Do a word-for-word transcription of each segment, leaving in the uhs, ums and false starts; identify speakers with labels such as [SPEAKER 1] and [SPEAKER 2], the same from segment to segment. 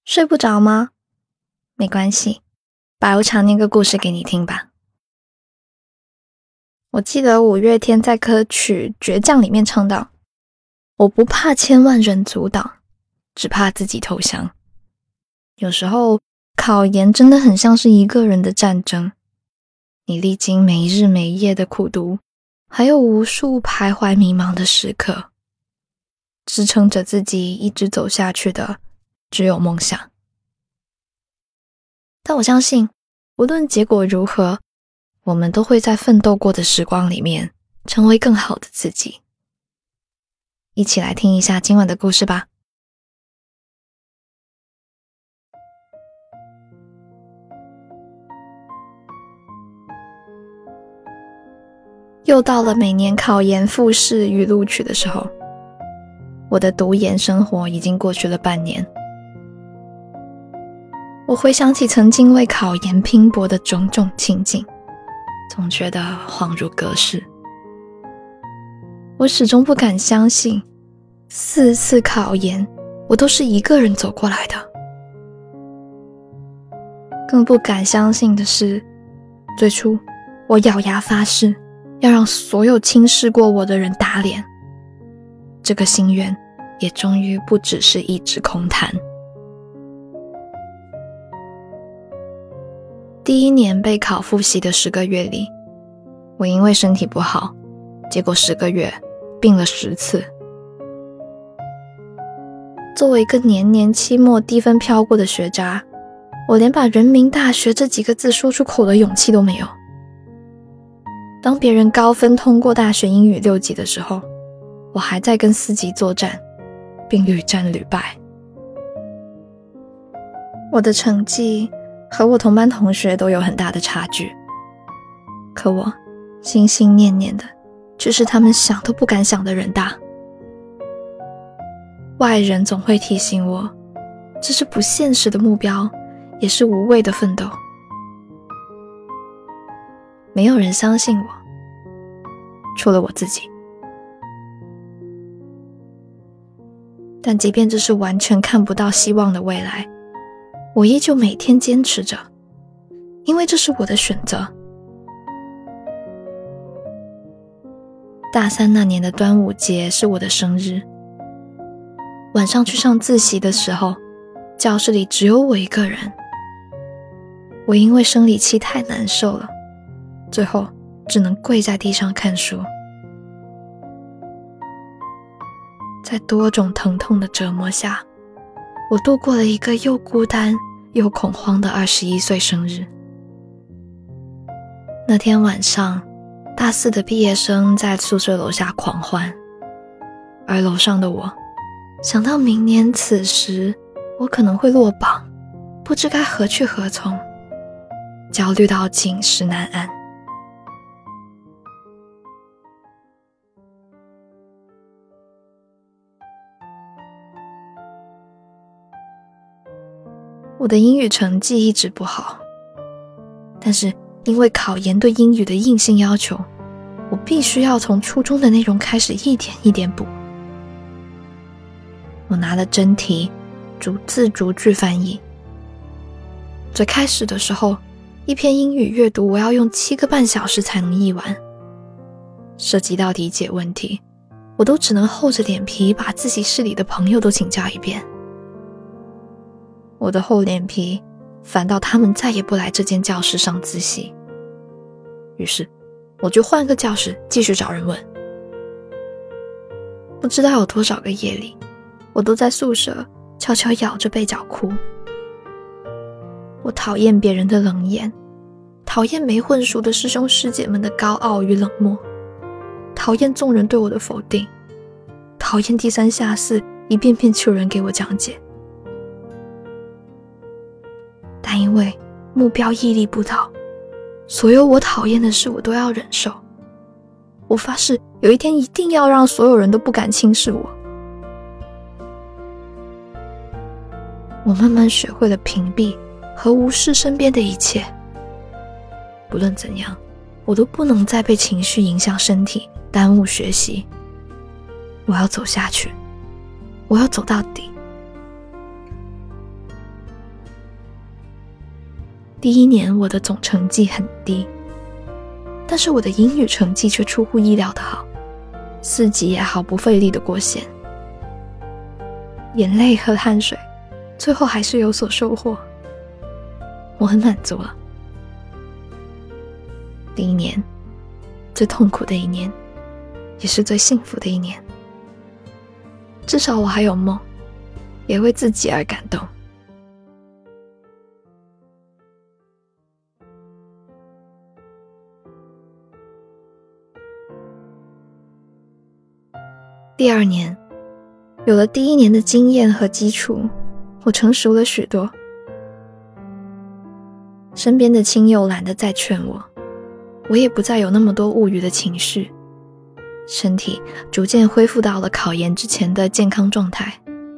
[SPEAKER 1] 睡不着吗？没关系，白无常念个故事给你听吧。我记得五月天在歌曲《倔强》里面唱到，我不怕千万人阻挡，只怕自己投降。有时候考研真的很像是一个人的战争，你历经没日没夜的苦读，还有无数徘徊迷茫的时刻，支撑着自己一直走下去的只有梦想。但我相信，无论结果如何，我们都会在奋斗过的时光里面成为更好的自己。一起来听一下今晚的故事吧。又到了每年考研复试与录取的时候，我的读研生活已经过去了半年。我回想起曾经为考研拼搏的种种情景，总觉得恍如隔世。我始终不敢相信，四次考研我都是一个人走过来的。更不敢相信的是，最初我咬牙发誓要让所有轻视过我的人打脸，这个心愿也终于不只是一纸空谈。第一年备考复习的十个月里，我因为身体不好，结果十个月病了十次。作为一个年年期末低分飘过的学渣，我连把人民大学这几个字说出口的勇气都没有。当别人高分通过大学英语六级的时候，我还在跟四级作战，并屡战屡败。我的成绩和我同班同学都有很大的差距，可我心心念念的却是他们想都不敢想的人大。外人总会提醒我，这是不现实的目标，也是无谓的奋斗。没有人相信我，除了我自己。但即便这是完全看不到希望的未来，我依旧每天坚持着，因为这是我的选择。大三那年的端午节是我的生日，晚上去上自习的时候，教室里只有我一个人。我因为生理期太难受了，最后只能跪在地上看书。在多种疼痛的折磨下，我度过了一个又孤单又恐慌的二十一岁生日。那天晚上，大四的毕业生在宿舍楼下狂欢，而楼上的我想到明年此时我可能会落榜，不知该何去何从，焦虑到寝食难安。我的英语成绩一直不好，但是因为考研对英语的硬性要求，我必须要从初中的内容开始一点一点补。我拿了真题，逐字逐句翻译。最开始的时候，一篇英语阅读我要用七个半小时才能译完，涉及到理解问题，我都只能厚着脸皮把自习室里的朋友都请教一遍。我的厚脸皮反倒他们再也不来这间教室上自习，于是我就换个教室继续找人问。不知道有多少个夜里，我都在宿舍悄悄咬着被角哭。我讨厌别人的冷眼，讨厌没混熟的师兄师姐们的高傲与冷漠，讨厌众人对我的否定，讨厌低三下四一遍遍求人给我讲解。但因为目标屹立不倒，所有我讨厌的事我都要忍受。我发誓有一天一定要让所有人都不敢轻视我。我慢慢学会了屏蔽和无视身边的一切，不论怎样，我都不能再被情绪影响身体，耽误学习。我要走下去，我要走到底。 第一年我的总成绩很低，但是我的英语成绩却出乎意料的好，四级也毫不费力的过线。眼泪和汗水最后还是有所收获，我很满足了。第一年，最痛苦的一年，也是最幸福的一年。至少我还有梦，也为自己而感动。第二年，有了第一年的经验和基础，我成熟了许多。身边的亲友懒得再劝我，我也不再有那么多物欲的情绪，身体逐渐恢复到了考研之前的健康状态。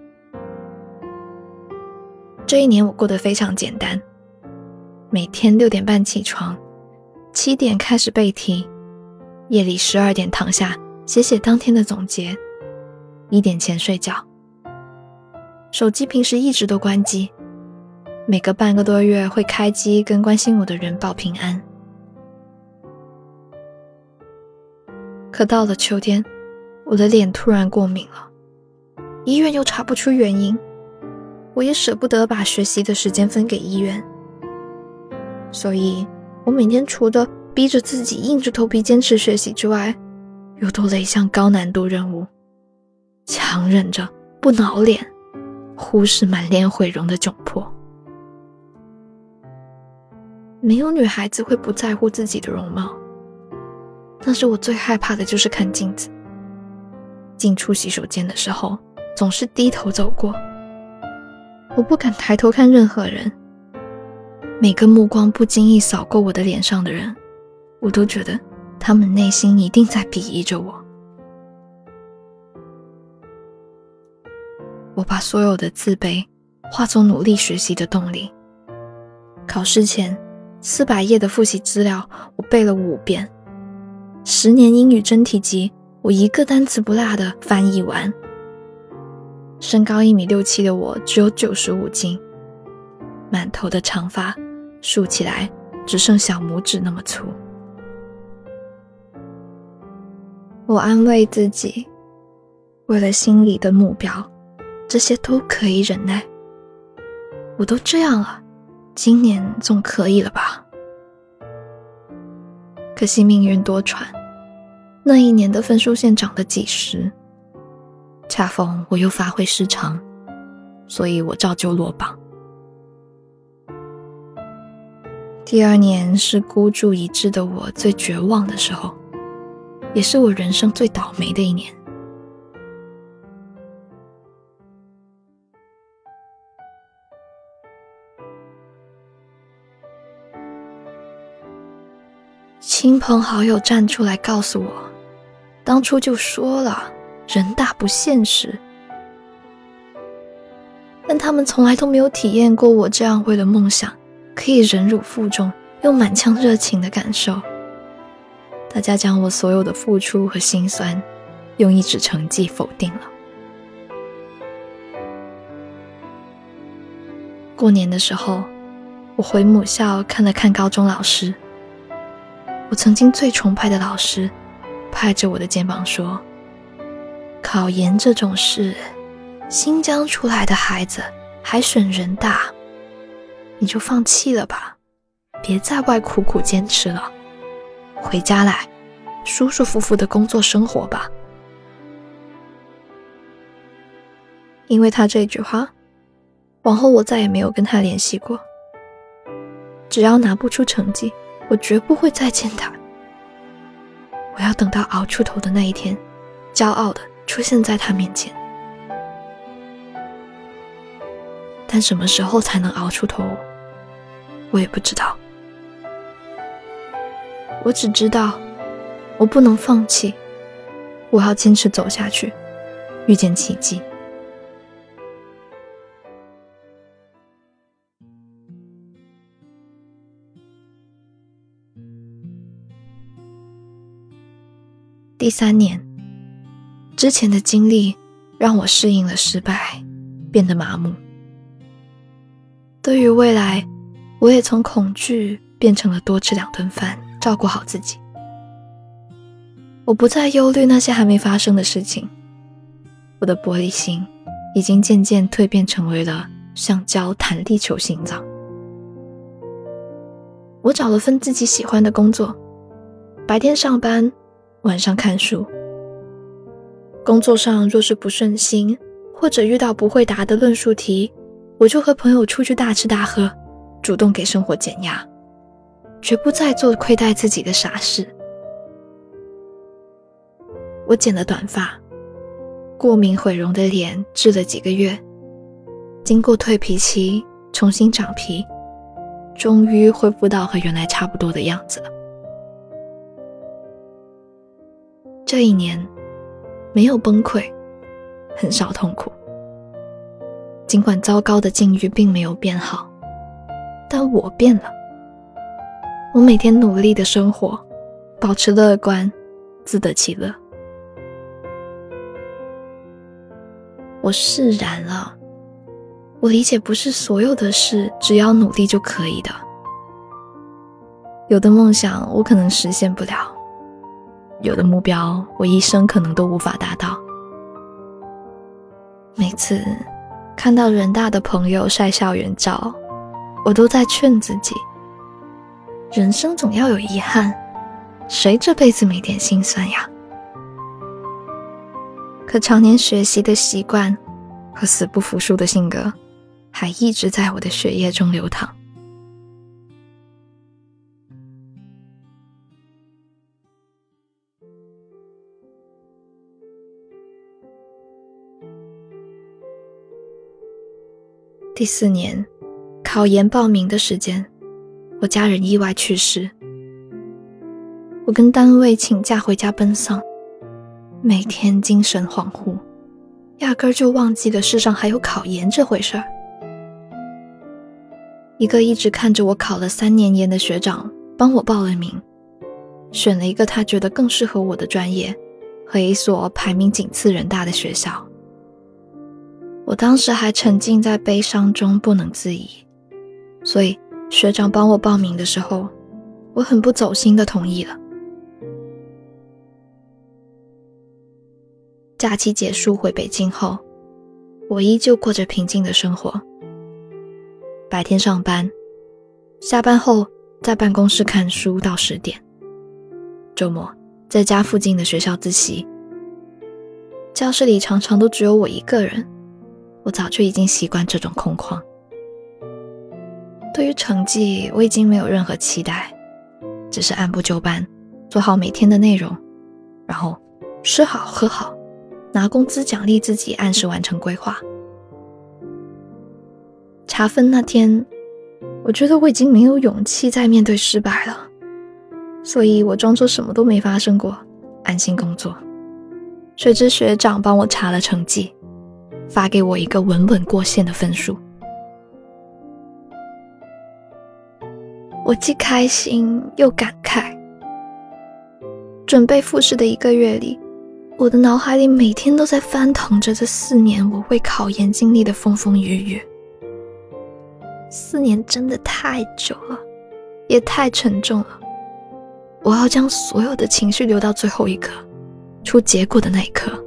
[SPEAKER 1] 这一年我过得非常简单，每天六点半起床，七点开始背题，夜里十二点躺下写写当天的总结，一点前睡觉。手机平时一直都关机，每隔半个多月会开机跟关心我的人报平安。可到了秋天，我的脸突然过敏了，医院又查不出原因，我也舍不得把学习的时间分给医院，所以我每天除了逼着自己硬着头皮坚持学习之外，又多了一项高难度任务，强忍着不挠脸，忽视满脸毁容的窘迫。没有女孩子会不在乎自己的容貌，但是我最害怕的就是看镜子。进出洗手间的时候，总是低头走过，我不敢抬头看任何人，每个目光不经意扫过我的脸上的人，我都觉得他们内心一定在鄙夷着我。我把所有的自卑化作努力学习的动力。考试前四百页的复习资料我背了五遍，十年英语真题集我一个单词不落的翻译完。身高一米六七的我只有九十五斤，满头的长发竖起来只剩小拇指那么粗。我安慰自己，为了心里的目标，这些都可以忍耐。我都这样了，今年总可以了吧？可惜命运多舛，那一年的分数线涨了几十，恰逢我又发挥失常，所以我照旧落榜。第二年是孤注一掷的我最绝望的时候，也是我人生最倒霉的一年。亲朋好友站出来告诉我，当初就说了，人大不现实。但他们从来都没有体验过我这样为了梦想可以忍辱负重又满腔热情的感受。大家将我所有的付出和辛酸用一纸成绩否定了。过年的时候，我回母校看了看高中老师，我曾经最崇拜的老师拍着我的肩膀说，考研这种事，新疆出来的孩子还选人大，你就放弃了吧，别在外苦苦坚持了，回家来舒舒服服的工作生活吧。因为他这句话，往后我再也没有跟他联系过。只要拿不出成绩，我绝不会再见他。我要等到熬出头的那一天，骄傲地出现在他面前。但什么时候才能熬出头，我也不知道。我只知道，我不能放弃，我要坚持走下去，遇见奇迹。第三年，之前的经历让我适应了失败，变得麻木。对于未来， 我也从恐惧变成了多吃两顿饭，照顾好自己。我不再忧虑那些还没发生的事情，我的玻璃心已经渐渐蜕变成为了橡胶弹力球心脏。我找了份自己喜欢的工作，白天上班，晚上看书。工作上若是不顺心，或者遇到不会答的论述题，我就和朋友出去大吃大喝，主动给生活减压，绝不再做亏待自己的傻事。我剪了短发，过敏毁容的脸治了几个月，经过蜕皮期重新长皮，终于恢复到和原来差不多的样子了。这一年没有崩溃，很少痛苦。尽管糟糕的境遇并没有变好，但我变了。我每天努力的生活，保持乐观，自得其乐。我释然了，我理解不是所有的事只要努力就可以的。有的梦想我可能实现不了，有的目标我一生可能都无法达到。每次看到人大的朋友晒校园照，我都在劝自己，人生总要有遗憾，谁这辈子没点心酸呀？可常年学习的习惯和死不服输的性格还一直在我的血液中流淌。第四年，考研报名的时间，我家人意外去世，我跟单位请假回家奔丧，每天精神恍惚，压根儿就忘记了世上还有考研这回事儿。一个一直看着我考了三年研的学长帮我报了名，选了一个他觉得更适合我的专业和一所排名仅次人大的学校。我当时还沉浸在悲伤中不能自已，所以学长帮我报名的时候，我很不走心的同意了。假期结束回北京后，我依旧过着平静的生活。白天上班，下班后在办公室看书到十点，周末在家附近的学校自习。教室里常常都只有我一个人，我早就已经习惯这种空旷。对于成绩，我已经没有任何期待，只是按部就班，做好每天的内容，然后吃好喝好，拿工资奖励自己按时完成规划。查分那天，我觉得我已经没有勇气再面对失败了，所以我装作什么都没发生过，安心工作。谁知学长帮我查了成绩，发给我一个稳稳过线的分数。我既开心又感慨。准备复试的一个月里，我的脑海里每天都在翻腾着这四年我为考研经历的风风雨雨。四年真的太久了，也太沉重了。我要将所有的情绪留到最后一刻，出结果的那一刻。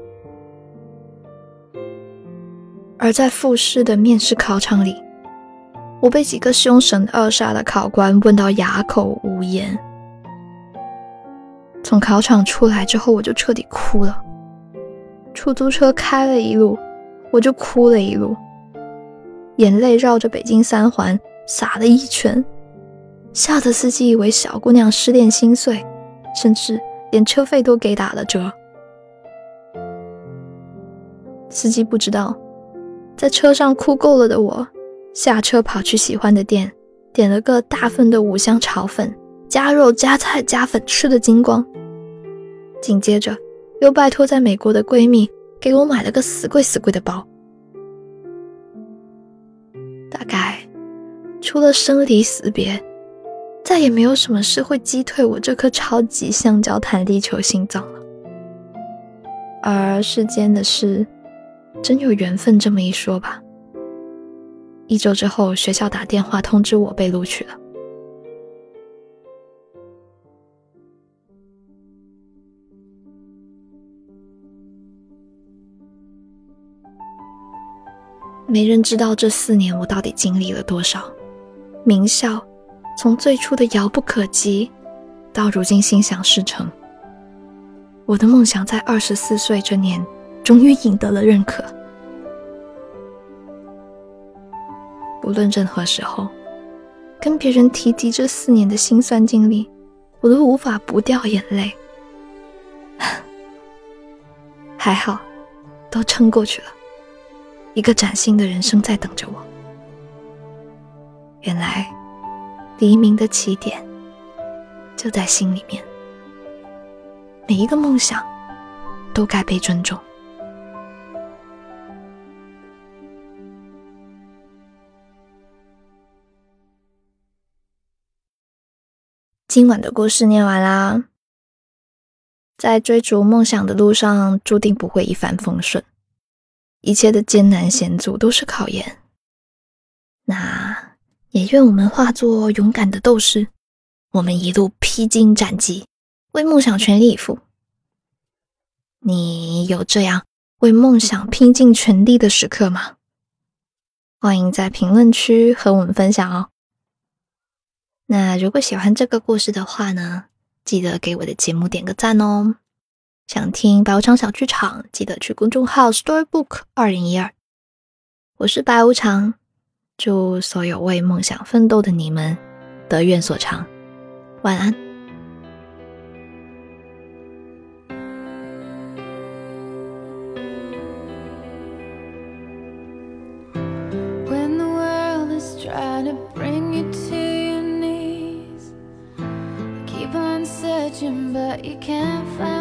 [SPEAKER 1] 而在复试的面试考场里，我被几个凶神恶煞的考官问到哑口无言。从考场出来之后，我就彻底哭了。出租车开了一路，我就哭了一路，眼泪绕着北京三环洒了一圈，吓得司机以为小姑娘失恋心碎，甚至连车费都给打了折。司机不知道，在车上哭够了的我，下车跑去喜欢的店，点了个大份的五香炒粉，加肉加菜加粉，吃得精光。紧接着又拜托在美国的闺蜜给我买了个死贵死贵的包。大概除了生离死别，再也没有什么事会击退我这颗超级橡胶弹力球心脏了。而世间的事真有缘分这么一说吧。 一周之后，学校打电话通知我被录取了。没人知道这四年我到底经历了多少。名校从最初的遥不可及，到如今心想事成。我的梦想在二十四岁这年终于赢得了认可。无论任何时候跟别人提及这四年的辛酸经历，我都无法不掉眼泪。还好都撑过去了，一个崭新的人生在等着我。原来黎明的起点就在心里面，每一个梦想都该被尊重。今晚的故事念完啦。在追逐梦想的路上，注定不会一帆风顺，一切的艰难险阻都是考验。那也愿我们化作勇敢的斗士，我们一路披荆斩棘，为梦想全力以赴。你有这样为梦想拼尽全力的时刻吗？欢迎在评论区和我们分享哦。那如果喜欢这个故事的话呢，记得给我的节目点个赞哦。想听白无常小剧场，记得去公众号 Storybook 二零一二。我是白无常，祝所有为梦想奋斗的你们得愿所偿。晚安。
[SPEAKER 2] When the world is trying to bring you to your knees, keep on searching but you can't find